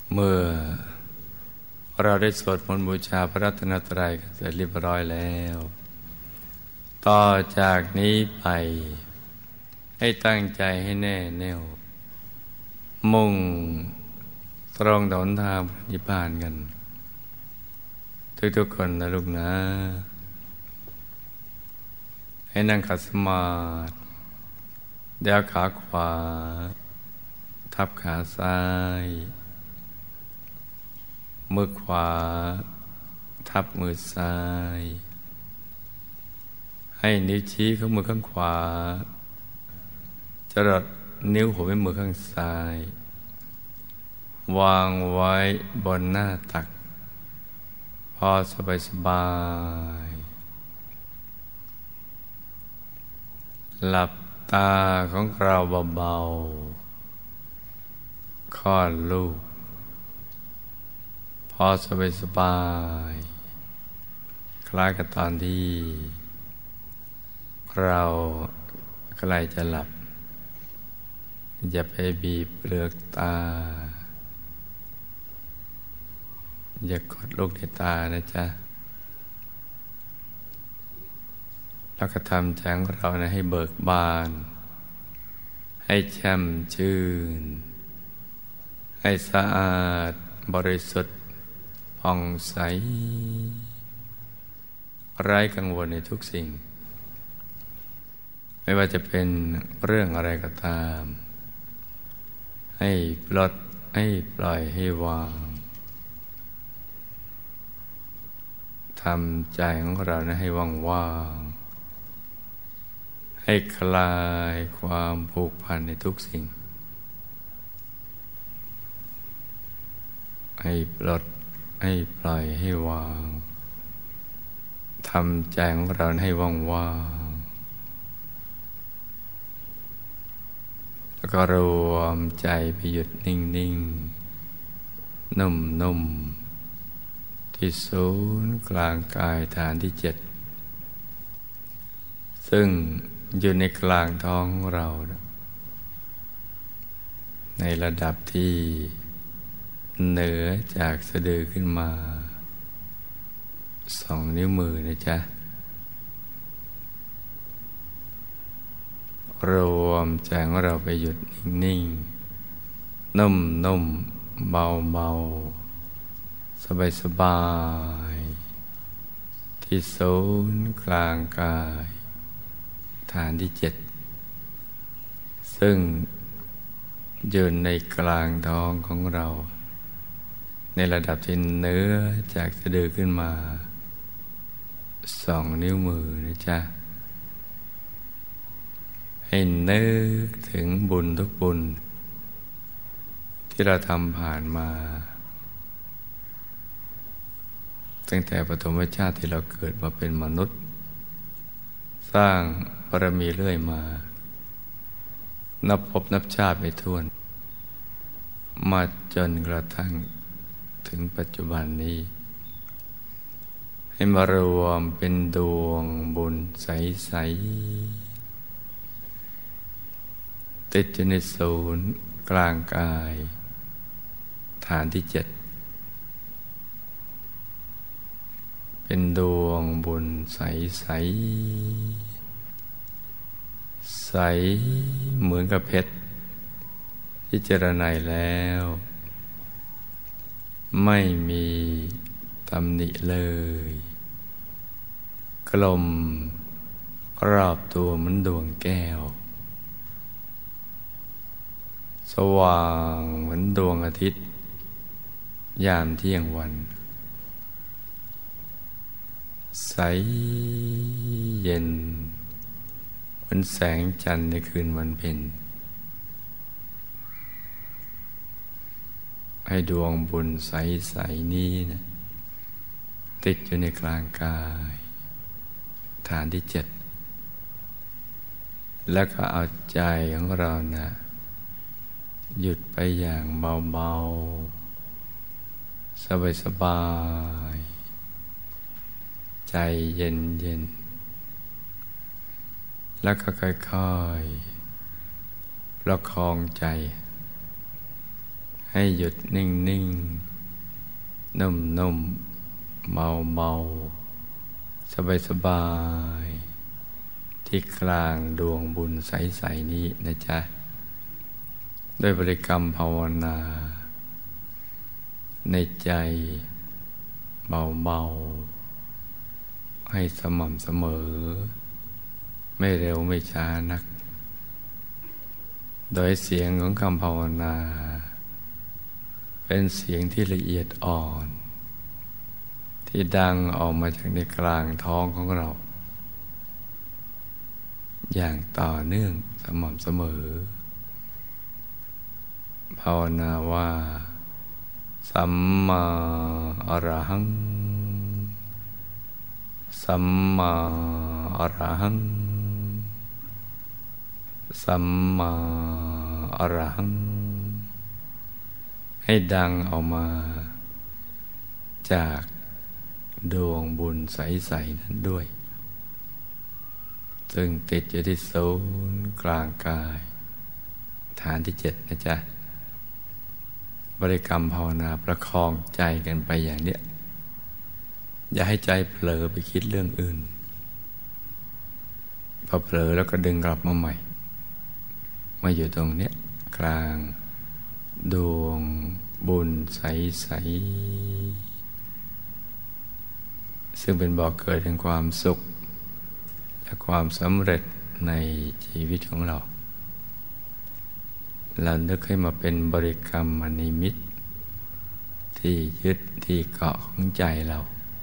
เมื่อเราได้สวดมนต์บูชาพระรัตนตรัยกันเสร็จเรียบร้อยแล้ว ต่อจากนี้ไปให้ตั้งใจให้แน่แน่วมุ่งตรงต่อหนทางพระนิพพานกันทุกๆคนนะลูกนะ ให้นั่งขัดสมาธิเดี๋ยวขาขวาทับขาซ้ายมือขวาทับมือซ้ายให้นิ้วชี้ของมือข้างขวาจรดนิ้วหัวแม่มือข้างซ้ายวางไว้บนหน้าตักพอสบายหลับตาของเราเบาๆคลอดลูกพอสบายคล้ายกับตอนที่เราใกล้จะหลับอย่าไปบีบเปลือกตาอย่ากดลูกในตานะจ๊ะแล้วก็ทำใจของเรานะให้เบิกบานให้แช่มชื่นให้สะอาดบริสุทธิ์ผ่องใสไร้กังวลในทุกสิ่งไม่ว่าจะเป็นเรื่องอะไรก็ตามให้ปลดให้ปล่อยให้วางทำใจของเรานะให้ว่างๆให้คลายความผูกพันในทุกสิ่งให้ปลดให้ปล่อยให้วางทำใจของเราให้ว่างๆแล้วก็รวมใจไปหยุดนิ่งๆนุ่มๆที่ศูนย์กลางกายฐานที่7ซึ่งอยู่ในกลางท้องของเราในระดับที่เหนือจากสะดือขึ้นมา2 นิ้วมือนะจ๊ะรวมใจของเราไปหยุดนิ่งๆนุ่มๆเบาๆสบายๆที่ศูนย์กลางกายฐานที่7ซึ่งอยู่ในกลางท้องของเราในระดับที่เหนือจากสะดือขึ้นมา2 นิ้วมือนะจ๊ะให้นึกถึงบุญทุกบุญที่เราทำผ่านมาตั้งแต่ปฐมชาติที่เราเกิดมาเป็นมนุษย์สร้างบารมีเรื่อยมานับพบนับชาติไม่ถ้วนมาจนกระทั่งถึงปัจจุบันนี้ให้มารวมเป็นดวงบุญใสๆติดอยู่ในศูนย์กลางกายฐานที่7เป็นดวงบุญใสๆใสเหมือนกับเพชรที่เจรไนแล้วไม่มีตำหนิเลยกลมรอบตัวเหมือนดวงแก้วสว่างเหมือนดวงอาทิตย์ยามเที่ยงวันใสเย็นเหมือนแสงจันทร์ในคืนวันเพ็ญให้ดวงบุญใสๆนี้นะติดอยู่ในกลางกายฐานที่7แล้วก็เอาใจของเรานะหยุดไปอย่างเบาๆสบายๆใจเย็นๆแล้วก็ค่อยๆประคองใจให้หยุดนิ่งนิ่งนุ่มนุ่มเบาเบาสบายสบายที่กลางดวงบุญใสๆนี้นะจ๊ะด้วยบริกรรมภาวนาในใจเบาๆให้สม่ำเสมอไม่เร็วไม่ช้านักโดยเสียงของคำภาวนาเป็นเสียงที่ละเอียดอ่อนที่ดังออกมาจากในกลางท้องของเราอย่างต่อเนื่องสม่ำเสมอภาวนาว่าสัมมาอรหังสัมมาอรหังสัมมาอรหังให้ดังออกมาจากดวงบุญใสๆนั้นด้วยซึ่งติดอยู่ที่ศูนย์กลางกายฐานที่7นะจ๊ะบริกรรมภาวนาประคองใจกันไปอย่างเนี้ยอย่าให้ใจเผลอไปคิดเรื่องอื่นพอเผลอแล้วก็ดึงกลับมาใหม่มาอยู่ตรงเนี้ยกลางดวงบุญใสๆซึ่งเป็นบ่อกเกิดแห่งความสุขและความสำเร็จในชีวิตของเรานึกให้มาเป็นบริกรรมนิมิตที่ยึดที่เกาะของใจเรา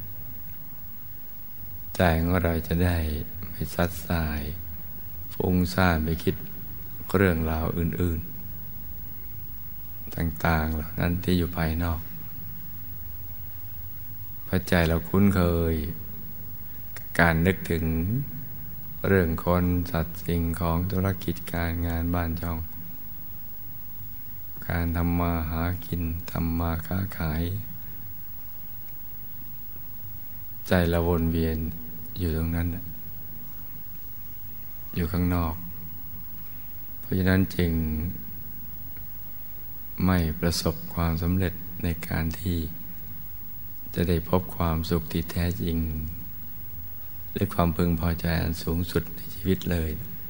ใจของเราจะได้ไม่ซัดสายฟุ้งซ่านไปคิดเรื่องราวอื่นๆต่างๆเหล่านั้นที่อยู่ภายนอกเพราะใจเราคุ้นเคยกับการนึกถึงเรื่องคนสัตว์สิ่งของธุรกิจการงานบ้านช่องการทำมาหากินทำมาค้าขายใจเราวนเวียนอยู่ตรงนั้นอยู่ข้างนอกเพราะฉะนั้นจึงไม่ประสบความสำเร็จในการที่จะได้พบความสุขที่แท้จริงและความพึงพอใจอันสูงสุดในชีวิตเลย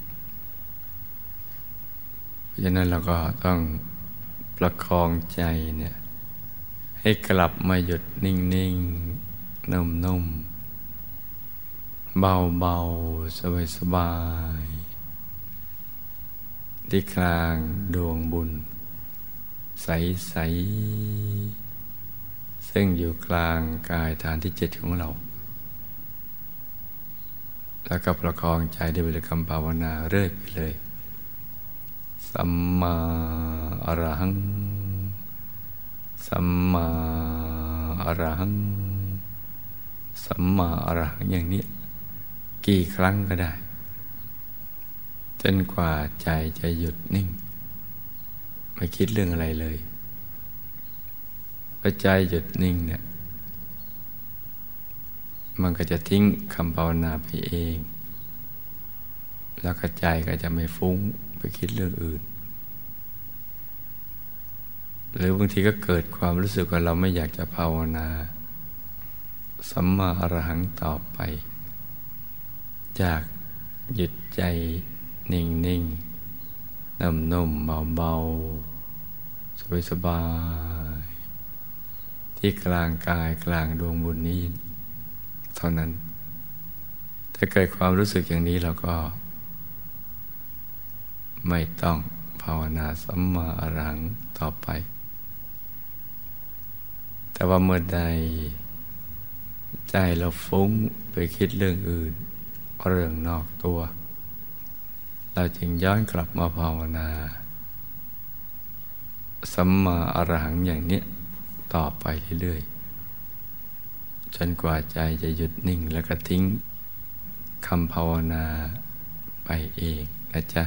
เพราะฉะนั้นเราก็ต้องประคองใจเนี่ยให้กลับมาหยุดนิ่งๆนุ่มๆเบาๆสบายๆที่กลางดวงบุญใสๆซึ่งอยู่กลางกายฐานที่7ของเราแล้วก็ประคองใจด้วยบริกรรมภาวนาเรื่อยไปเลยสัมมาอรหังสัมมาอรหังสัมมาอรหังอย่างนี้กี่ครั้งก็ได้จนกว่าใจจะหยุดนิ่งไม่คิดเรื่องอะไรเลยพอใจหยุดนิ่งเนี่ยมันก็จะทิ้งคำภาวนาไปเองแล้วก็ใจก็จะไม่ฟุ้งไปคิดเรื่องอื่นหรือบางทีก็เกิดความรู้สึกว่าเราไม่อยากจะภาวนาสัมมาอรหังต่อไปอยากหยุดใจนิ่งๆนุ่มๆเบาๆสบายๆที่กลางกายกลางดวงบุญนี้เท่านั้นถ้าเกิดความรู้สึกอย่างนี้เราก็ไม่ต้องภาวนาสัมมาอรหังต่อไปแต่ว่าเมื่อใดใจเราฟุ้งไปคิดเรื่องอื่นเรื่องนอกตัวเราจึงย้อนกลับมาภาวนาสัมมาอรหังอย่างนี้ต่อไปเรื่อยๆจนกว่าใจจะหยุดนิ่งแล้วก็ทิ้งคำภาวนาไปเองนะจ๊ะ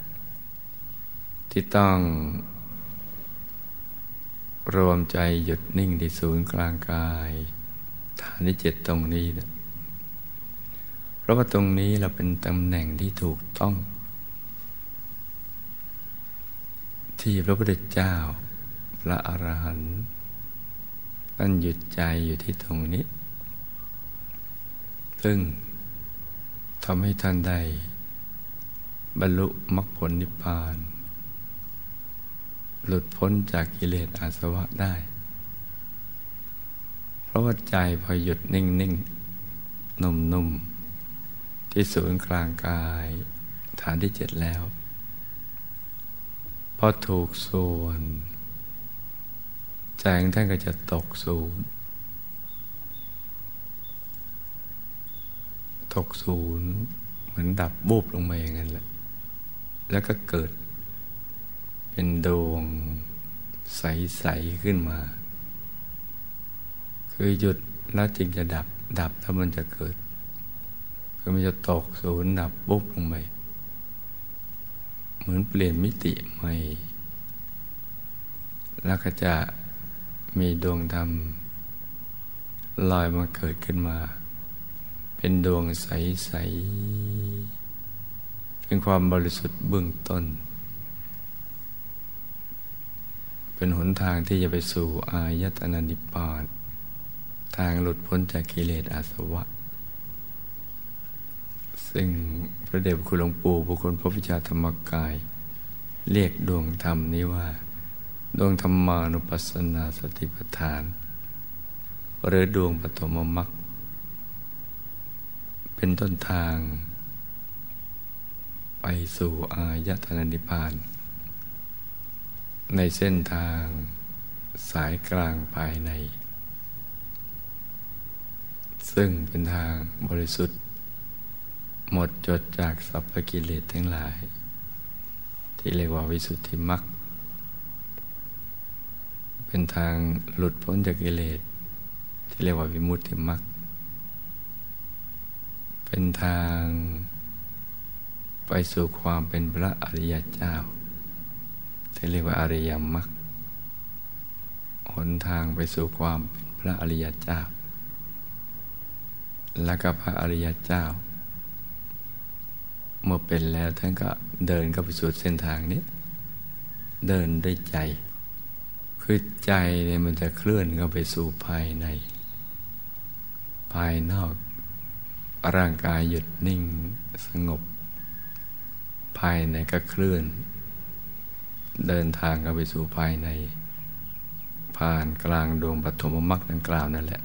ที่ต้องรวมใจหยุดนิ่งที่ศูนย์กลางกายฐานที่7ตรงนี้นะเพราะว่าตรงนี้เราเป็นตำแหน่งที่ถูกต้องที่พระพุทธเจ้าพระอรหันต์ท่านหยุดใจอยู่ที่ตรงนี้ซึ่งทำให้ท่านได้บรรลุมรรคผลนิพพานหลุดพ้นจากกิเลสอาสวะได้เพราะว่าใจพอหยุดนิ่งๆนุ่มๆที่ศูนย์กลางกายฐานที่7แล้วพอถูกส่วนใจของท่านก็จะตกศูนย์เหมือนดับบูบลงมาอย่างนั้นแหละแล้วก็เกิดเป็นดวงใสๆขึ้นมาคือหยุดแล้วจึงจะดับแล้วมันจะเกิดคือมันจะตกศูนย์ดับปุ๊บลงไปเหมือนเปลี่ยนมิติใหม่แล้วก็จะมีดวงธรรมลอยมาเกิดขึ้นมาเป็นดวงใสๆเป็นความบริสุทธิ์เบื้องต้นเป็นหนทางที่จะไปสู่อายตนะนิพพานทางหลุดพ้นจากกิเลสอาสวะซึ่งพระเดชพระคุณหลวงปู่ผู้คนพบวิชาธรรมกายเรียกดวงธรรมนี้ว่าดวงธรรมานุปัสสนาสติปัฏฐานหรือดวงปฐมมรรคเป็นต้นทางไปสู่อายตนะนิพพานในเส้นทางสายกลางภายในซึ่งเป็นทางบริสุทธิ์หมดจดจากสรรพกิเลสทั้งหลายที่เรียกว่าวิสุทธิมรรคเป็นทางหลุดพ้นจากกิเลสที่เรียกว่าวิมุตติมรรคเป็นทางไปสู่ความเป็นพระอริยเจ้าที่เรียกว่าอริยมรรคหนทางไปสู่ความเป็นพระอริยเจ้าและก็พระอริยเจ้าเมื่อเป็นแล้วท่านก็เดินเข้าไปสู่เส้นทางนี้เดินด้วยใจคือใจเนี่ยมันจะเคลื่อนเข้าไปสู่ภายในภายนอกร่างกายหยุดนิ่งสงบภายในก็เคลื่อนเดินทางเข้าไปสู่ภายในผ่านกลางดวงปฐมมรรคดังกล่าวนั่นแหละ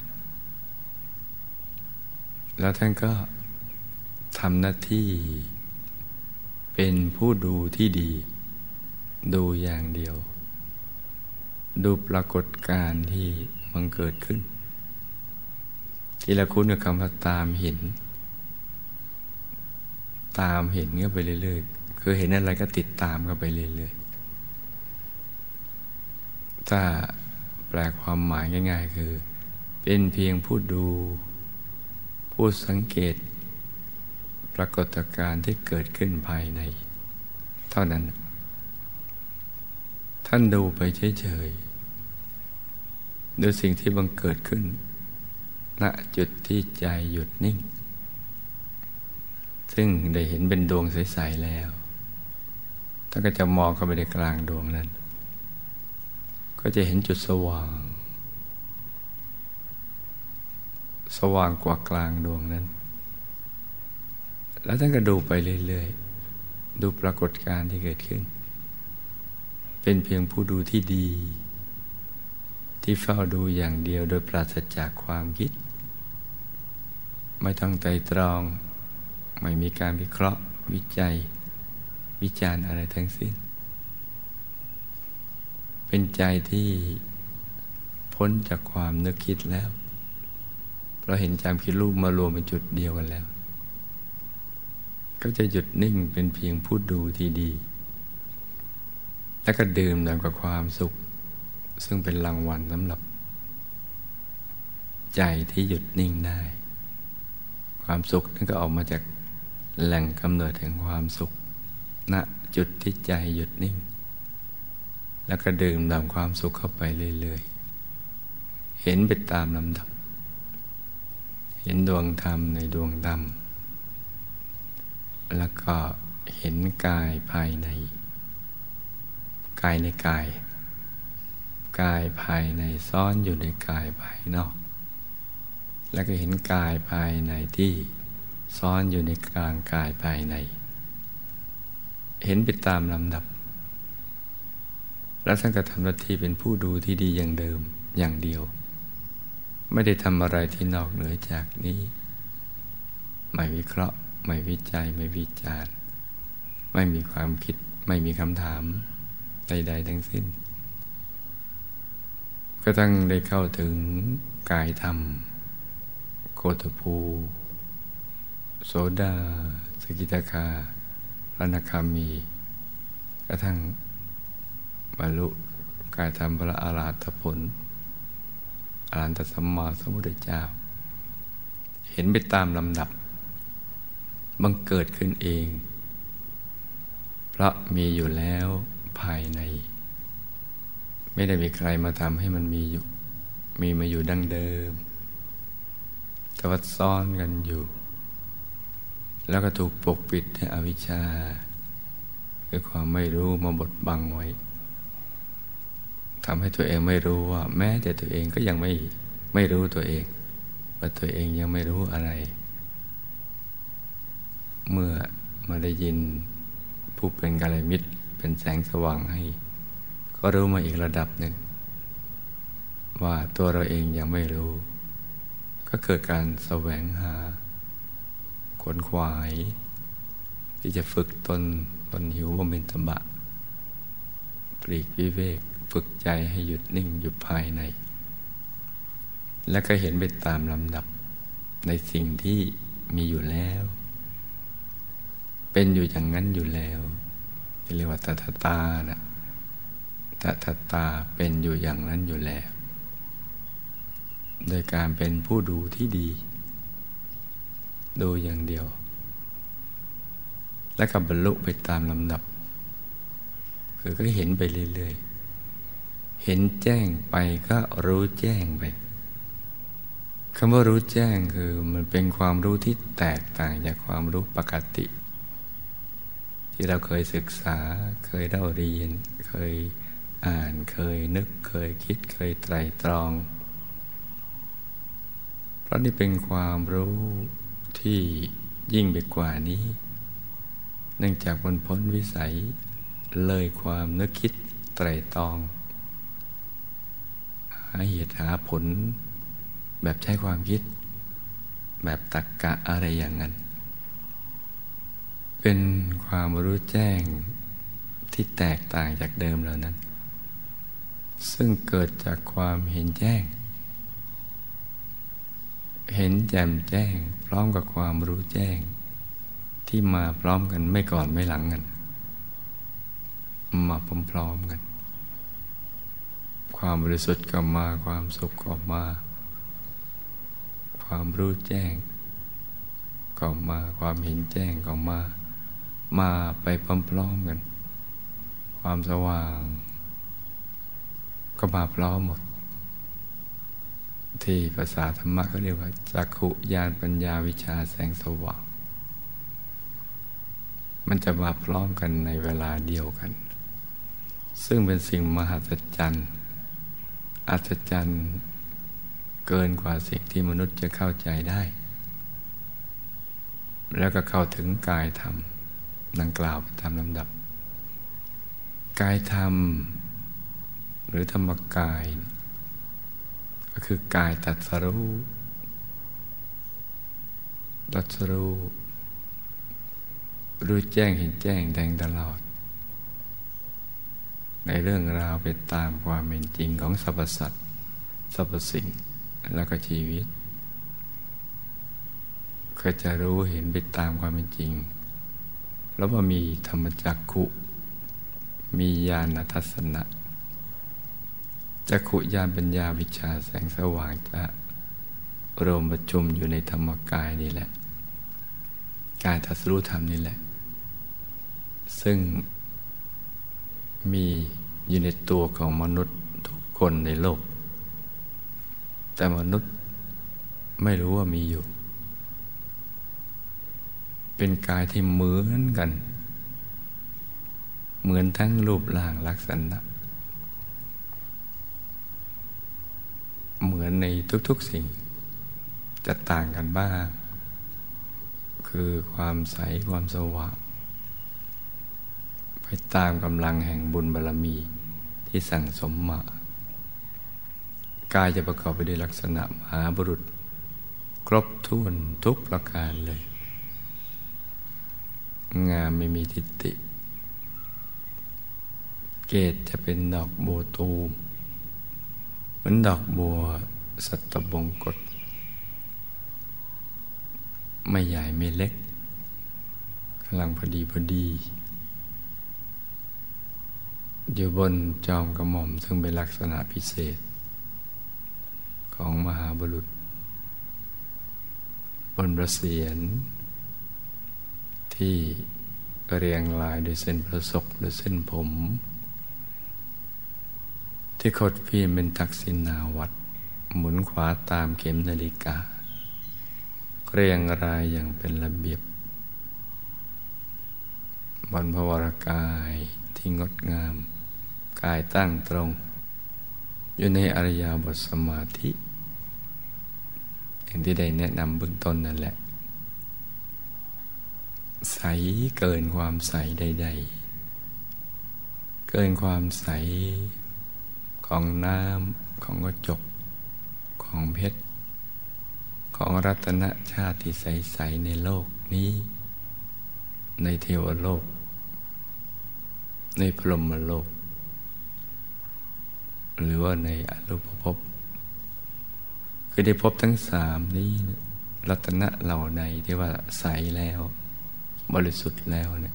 แล้วท่านก็ทำหน้าที่เป็นผู้ดูที่ดีดูอย่างเดียวดูปรากฏการณ์ที่มันเกิดขึ้นที่เราคุ้นกับคำว่าตามเห็นเข้าไปเรื่อยๆคือเห็นอะไรก็ติดตามเข้าไปเรื่อยๆถ้าแปลความหมายง่ายๆคือเป็นเพียงผู้ดูผู้สังเกตปรากฏการณ์ที่เกิดขึ้นภายในเท่านั้นท่านดูไปเฉยๆดูสิ่งที่บังเกิดขึ้นณจุดที่ใจหยุดนิ่งซึ่งได้เห็นเป็นดวงใสๆแล้วท่านก็จะมองเข้าไปในกลางดวงนั้นก็จะเห็นจุดสว่างกว่ากลางดวงนั้นแล้วท่านก็ดูไปเรื่อยๆดูปรากฏการณ์ที่เกิดขึ้นเป็นเพียงผู้ดูที่ดีที่เฝ้าดูอย่างเดียวโดยปราศจากความคิดไม่ต้องไตร่ตรองไม่มีการวิเคราะห์วิจัยวิจารณ์อะไรทั้งสิ้นเป็นใจที่พ้นจากความนึกคิดแล้วเราเห็นจำคิดรูปมารวมเป็นจุดเดียวกันแล้วก็จะหยุดนิ่งเป็นเพียงผู้ดูที่ดีแล้วก็ดื่มด่ำกับความสุขซึ่งเป็นรางวัลสำหรับใจที่หยุดนิ่งได้ความสุขนั่นก็ออกมาจากแหล่งกำเนิดแห่งความสุขณจุดที่ใจหยุดนิ่งแล้วก็ดื่มด่ำความสุขเข้าไปเรื่อยๆเห็นไปตามลำดับเห็นดวงธรรมในดวงธรรมแล้วก็เห็นกายภายในกายในกายกายภายในซ่อนอยู่ในกายภายนอกแล้วก็เห็นกายภายในที่ซ่อนอยู่ในกลางกายภายในเห็นไปตามลำดับแล้วท่านก็ทำหน้าที่เป็นผู้ดูที่ดีอย่างเดิมอย่างเดียวไม่ได้ทำอะไรที่นอกเหนือจากนี้ไม่วิเคราะห์ไม่วิจัยไม่วิจารณ์ไม่มีความคิดไม่มีคำถามใดๆทั้งสิ้นก็ต้องได้เข้าถึงกายธรรมโคตภูโสดาสกิทาคาอนาคามีกระทั่งบรรลุกายธรรมพระอรหัตผลอรหันตสัมมาสัมพุทธเจ้าเห็นไปตามลำดับบังเกิดขึ้นเองเพราะมีอยู่แล้วภายในไม่ได้มีใครมาทำให้มันมีอยู่มีมาอยู่ดั้งเดิมแต่ว่าซ่อนกันอยู่แล้วก็ถูกปกปิดด้วยอวิชชาคือความไม่รู้มาบดบังไว้ทำให้ตัวเองไม่รู้ว่าแม้แต่ตัวเองก็ยังไม่รู้ตัวเองว่าตัวเองยังไม่รู้อะไรเมื่อมาได้ยินผู้เป็นกัลยาณมิตรเป็นแสงสว่างให้ก็รู้มาอีกระดับหนึ่งว่าตัวเราเองยังไม่รู้ก็เกิดการแสวงหาขวนขวายที่จะฝึกตนหิวบำเพ็ญตบะปลีกวิเวกฝึกใจให้หยุดนิ่งอยู่ภายในและก็เห็นไปตามลำดับในสิ่งที่มีอยู่แล้วเป็นอยู่อย่างนั้นอยู่แล้วเรียกว่าตถาตานะตถาตาเป็นอยู่อย่างนั้นอยู่แล้วโดยการเป็นผู้ดูที่ดีดูอย่างเดียวแล้วก็บรรลุไปตามลำดับคือก็เห็นไปเรื่อยๆเห็นแจ้งไปก็รู้แจ้งไปคำว่ารู้แจ้งคือมันเป็นความรู้ที่แตกต่างจากความรู้ปกติที่เราเคยศึกษาเคยได้เรียนเคยอ่านเคยนึกเคยคิดเคยไตร่ตรองเพราะนี่เป็นความรู้ที่ยิ่งไปกว่านี้เนื่องจากมันพ้นวิสัยเลยความนึกคิดไตร่ตรองหาเหตุหาผลแบบใช้ความคิดแบบตรรกะอะไรอย่างนั้นเป็นความรู้แจ้งที่แตกต่างจากเดิมเหล่านั้นซึ่งเกิดจากความเห็นแจ้งเห็นแจ่มแจ้งพร้อมกับความรู้แจ้งที่มาพร้อมกันไม่ก่อนไม่หลังกันมาพร้อมๆกันความบริสุทธิ์ก็มาความสุขก็มาความรู้แจ้งก็มาความเห็นแจ้งก็มาไปพร้อมๆกันความสว่างก็มาพร้อมหมดที่ภาษาธรรมะก็เรียกว่าจักขุญาณปัญญาวิชาแสงสว่างมันจะมาพร้อมกันในเวลาเดียวกันซึ่งเป็นสิ่งมหัศจรรย์อัศจรรย์เกินกว่าสิ่งที่มนุษย์จะเข้าใจได้แล้วก็เข้าถึงกายธรรมดังกล่าวไปตามลำดับกายธรรมหรือธรรมกายก็คือกายตรัสรู้รู้แจ้งเห็นแจ้งแทงตลอดในเรื่องราวไปตามความเป็นจริงของสรรพสัตว์สรรพสิ่งแล้วก็ชีวิตก็จะรู้เห็นไปตามความเป็นจริงแล้วว่ามีธรรมจักขุมีญาณทัศนะจักขุญาณปัญญาวิชาแสงสว่างจะรวมประชุมอยู่ในธรรมกายนี่แหละกายตรัสรู้ธรรมนี่แหละซึ่งมีอยู่ในตัวของมนุษย์ทุกคนในโลกแต่มนุษย์ไม่รู้ว่ามีอยู่เป็นกายที่เหมือนกันเหมือนทั้งรูปร่างลักษณะเหมือนในทุกๆสิ่งจะต่างกันบ้างคือความใสความสว่างไปตามกำลังแห่งบุญบารมีที่สั่งสมมากายจะประกอบไปด้วยลักษณะมหาบุรุษครบถ้วนทุกประการเลยงามไม่มีทิฏฐิเกศจะเป็นดอกบัวตูมเหมือนดอกบัวสัตบงกฎไม่ใหญ่ไม่เล็กกำลังพอดีอยู่บนจอมกระหม่อมซึ่งเป็นลักษณะพิเศษของมหาบุรุษบนประเสียรที่เรียงรายด้วยเส้นประศกด้วยเส้นผมที่ขดฟิล์มเป็นทักษิณาวัตรหมุนขวาตามเข็มนาฬิกาเรียงรายอย่างเป็นระเบียบบนพระวรกายที่งดงามกายตั้งตรงอยู่ในอริยบทสมาธิอย่างที่ได้แนะนำเบื้องต้นนั่นแหละใสเกินความใสใดๆเกินความใสของน้ำของกระจกของเพชรของรัตนชาติที่ใสๆในโลกนี้ในเทวโลกในพรหมโลกหรือว่าในอรูปภพคือได้พบทั้งสามนี้รัตนะเหล่าใดที่ว่าใสแล้วบริสุทธิ์แล้วเนี่ย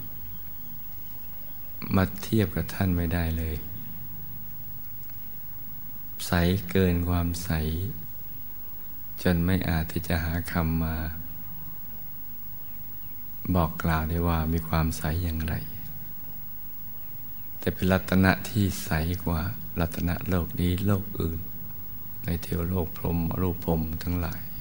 มาเทียบกับท่านไม่ได้เลยใสเกินความใสจนไม่อาจที่จะหาคำมาบอกกล่าวได้ว่ามีความใสอย่างไรแต่เป็นรัตนะที่ใสกว่ารัตนะโลกนี้โลกอื่นในเทวโลกพรหมรูปพรหมทั้งหลาย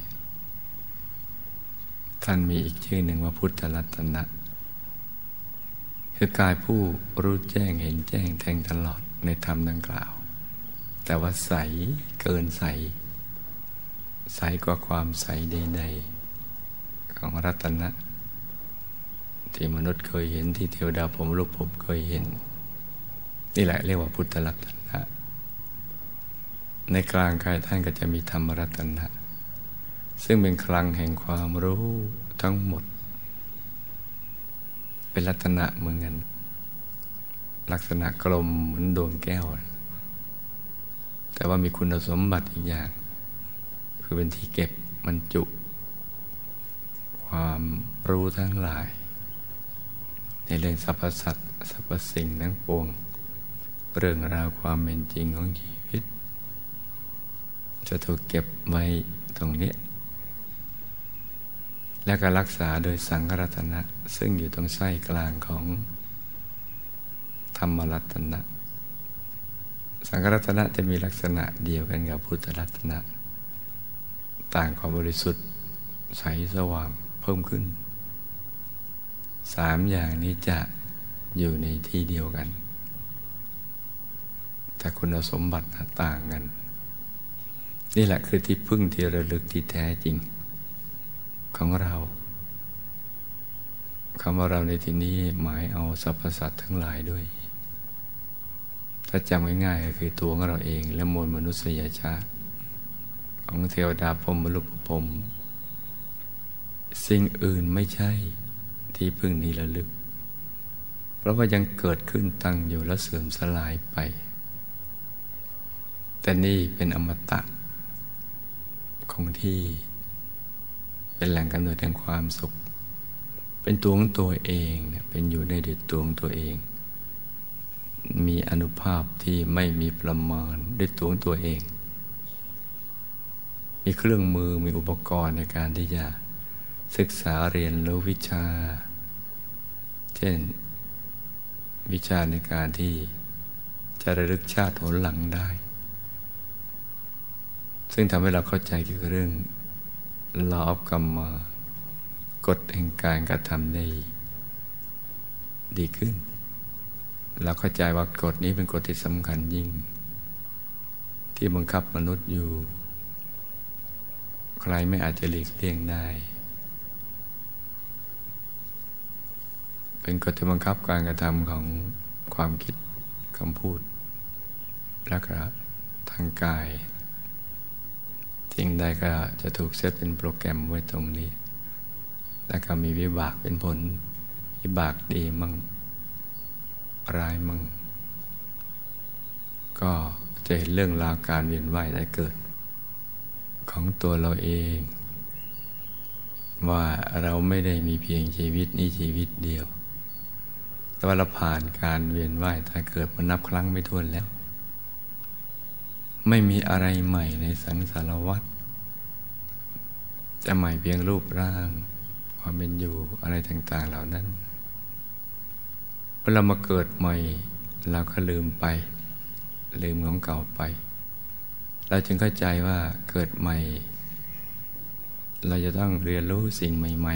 ท่านมีอีกชื่อหนึ่งว่าพุทธรัตนะคือกายผู้รู้แจ้งเห็นแจ้งแทงตลอดในธรรมดังกล่าวแต่ว่าใสเกินใสใสกว่าความใสใดๆของรัตนะที่มนุษย์เคยเห็นที่เทวดาพรหมรูปพรหมเคยเห็นนี่แหละเรียกว่าพุทธรัตนะในกลางกายท่านก็จะมีธรรมรัตนะซึ่งเป็นคลังแห่งความรู้ทั้งหมดเป็นรัตนะเหมือนกันลักษณะกลมเหมือนดวงแก้วแต่ว่ามีคุณสมบัติอีกอย่างคือเป็นที่เก็บบรรจุความรู้ทั้งหลายในเรื่องสรรพสัตว์สรรพสิ่งทั้งปวงเรื่องราวความเป็นจริงของชีวิตจะถูกเก็บไว้ตรงนี้และก็รักษาโดยสังฆรัตนะซึ่งอยู่ตรงไส้กลางของธรรมรัตนะสังฆรัตนะจะมีลักษณะเดียวกันกับพุทธรัตนะต่างความบริสุทธิ์ใสสว่างเพิ่มขึ้นสามอย่างนี้จะอยู่ในที่เดียวกันแต่คุณสมบัติต่างกันนี่แหละคือที่พึ่งที่ระลึกที่แท้จริงของเราคำว่าเราในที่นี้หมายเอาสรรพสัตว์ทั้งหลายด้วยถ้าจำง่ายๆก็คือตัวของเราเองและมวลมนุษยชาติของเทวดาพรหมมรุปพรหมสิ่งอื่นไม่ใช่ที่พึ่งนี้ระลึกเพราะว่ายังเกิดขึ้นตั้งอยู่และเสื่อมสลายไปแต่นี่เป็นอมตะคงที่เป็นแหล่งกำเนิดแห่งความสุขเป็นตัวของตัวเองเป็นอยู่ในด้วยตัวของตัวเองมีอานุภาพที่ไม่มีประมาณด้วยตัวของตัวเองมีเครื่องมือมีอุปกรณ์ในการที่จะศึกษาเรียนรู้วิชาเช่นวิชาในการที่จะระลึกชาติผลหลังได้ซึ่งทำให้เราเข้าใจเกี่ยวกับเรื่อง law of karma กฎแห่งการกระทำได้ดีขึ้นเราเข้าใจว่ากฎนี้เป็นกฎที่สำคัญยิ่งที่บังคับมนุษย์อยู่ใครไม่อาจจะหลีกเลี่ยงได้เป็นกฎบังคับการกระทำของความคิดคำพูดและก็ทางกายสิ่งใดก็จะถูกเซตเป็นโปรแกรมไว้ตรงนี้แล้วก็มีวิบากเป็นผลวิบากดีมั่งร้ายมั่งก็จะเห็นเรื่องราวการเวียนว่ายได้เกิดของตัวเราเองว่าเราไม่ได้มีเพียงชีวิตนี้ชีวิตเดียวแต่ว่าเราผ่านการเวียนว่ายตายเกิดมานับครั้งไม่ถ้วนแล้วไม่มีอะไรใหม่ในสังสารวัฏจะใหม่เพียงรูปร่างความเป็นอยู่อะไรต่างๆเหล่านั้นเมื่อเรามาเกิดใหม่เราก็ลืมไปลืมของเก่าไปเราจึงเข้าใจว่าเกิดใหม่เราจะต้องเรียนรู้สิ่งใหม่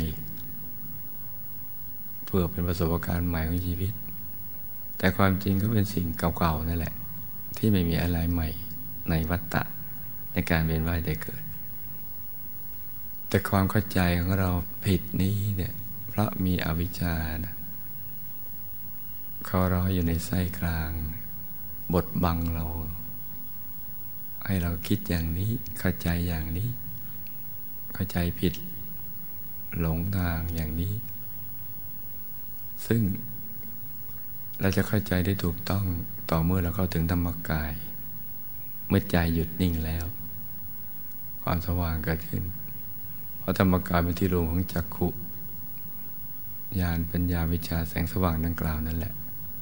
ๆเพื่อเป็นประสบการณ์ใหม่ของชีวิตแต่ความจริงก็เป็นสิ่งเก่าๆนั่นแหละที่ไม่มีอะไรใหม่ในวัฏฏะในการเวียนว่ายได้เกิดแต่ความเข้าใจของเราผิดนี้เนี่ยเพราะมีอวิชชานะเขาร้อยอยู่ในไส้กลางบดบังเราให้เราคิดอย่างนี้เข้าใจอย่างนี้เข้าใจผิดหลงทางอย่างนี้ซึ่งเราจะเข้าใจได้ถูกต้องต่อเมื่อเราเข้าถึงธรรมกายเมื่อใจหยุดนิ่งแล้วความสว่างเกิดขึ้นเพราะธรรมกายเป็นที่รวมของจักขุญาณปัญญาวิชาแสงสว่างดังกล่าวนั่นแหละ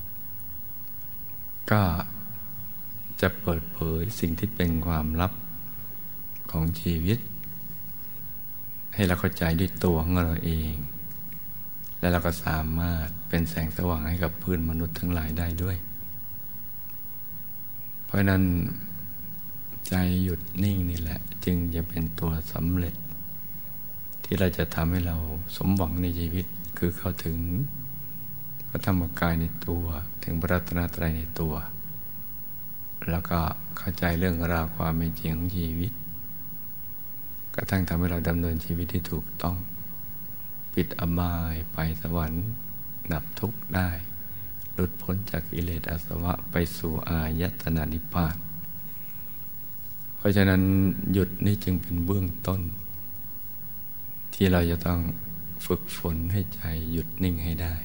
ก็จะเปิดเผยสิ่งที่เป็นความลับของชีวิตให้เราเข้าใจด้วยตัวของเราเองและเราก็สามารถเป็นแสงสว่างให้กับเพื่อนมนุษย์ทั้งหลายได้ด้วยเพราะนั้นใจหยุดนิ่งนี่แหละจึงจะเป็นตัวสำเร็จที่เราจะทำให้เราสมหวังในชีวิตคือเข้าถึงพระธรรมกายในตัวถึงพระรัตนตรัยในตัวแล้วก็เข้าใจเรื่องราวความเป็นจริงของชีวิตกระทั่งทำให้เราดำเนินชีวิตที่ถูกต้องปิดอบายไปสวรรค์ดับทุกข์ได้หลุดพ้นจากกิเลสอาสวะไปสู่อายตนะนิพพานเพราะฉะนั้นหยุดนี่จึงเป็นเบื้องต้นที่เราจะต้องฝึกฝนให้ใจหยุดนิ่งให้ได้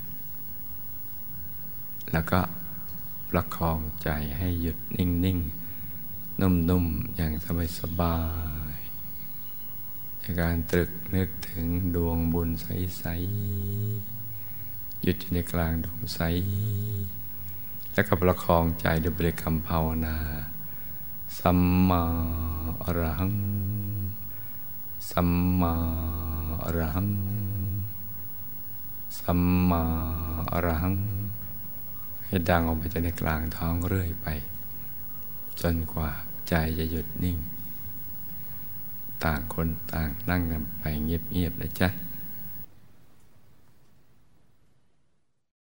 แล้วก็ประคองใจให้หยุดนิ่งๆนุ่มๆอย่างสบายๆในการตรึกนึกถึงดวงบุญใสๆหยุดอยู่ในกลางดวงใสแล้วก็ประคองใจด้วยบริกรรมภาวนาสัมมาอรหังสัมมาอรหังสัมมาอรหังให้ดังออกมาจากในกลางท้องเรื่อยไปจนกว่าใจจะหยุดนิ่งต่างคนต่างนั่งกันไปเงียบๆนะจ๊ะ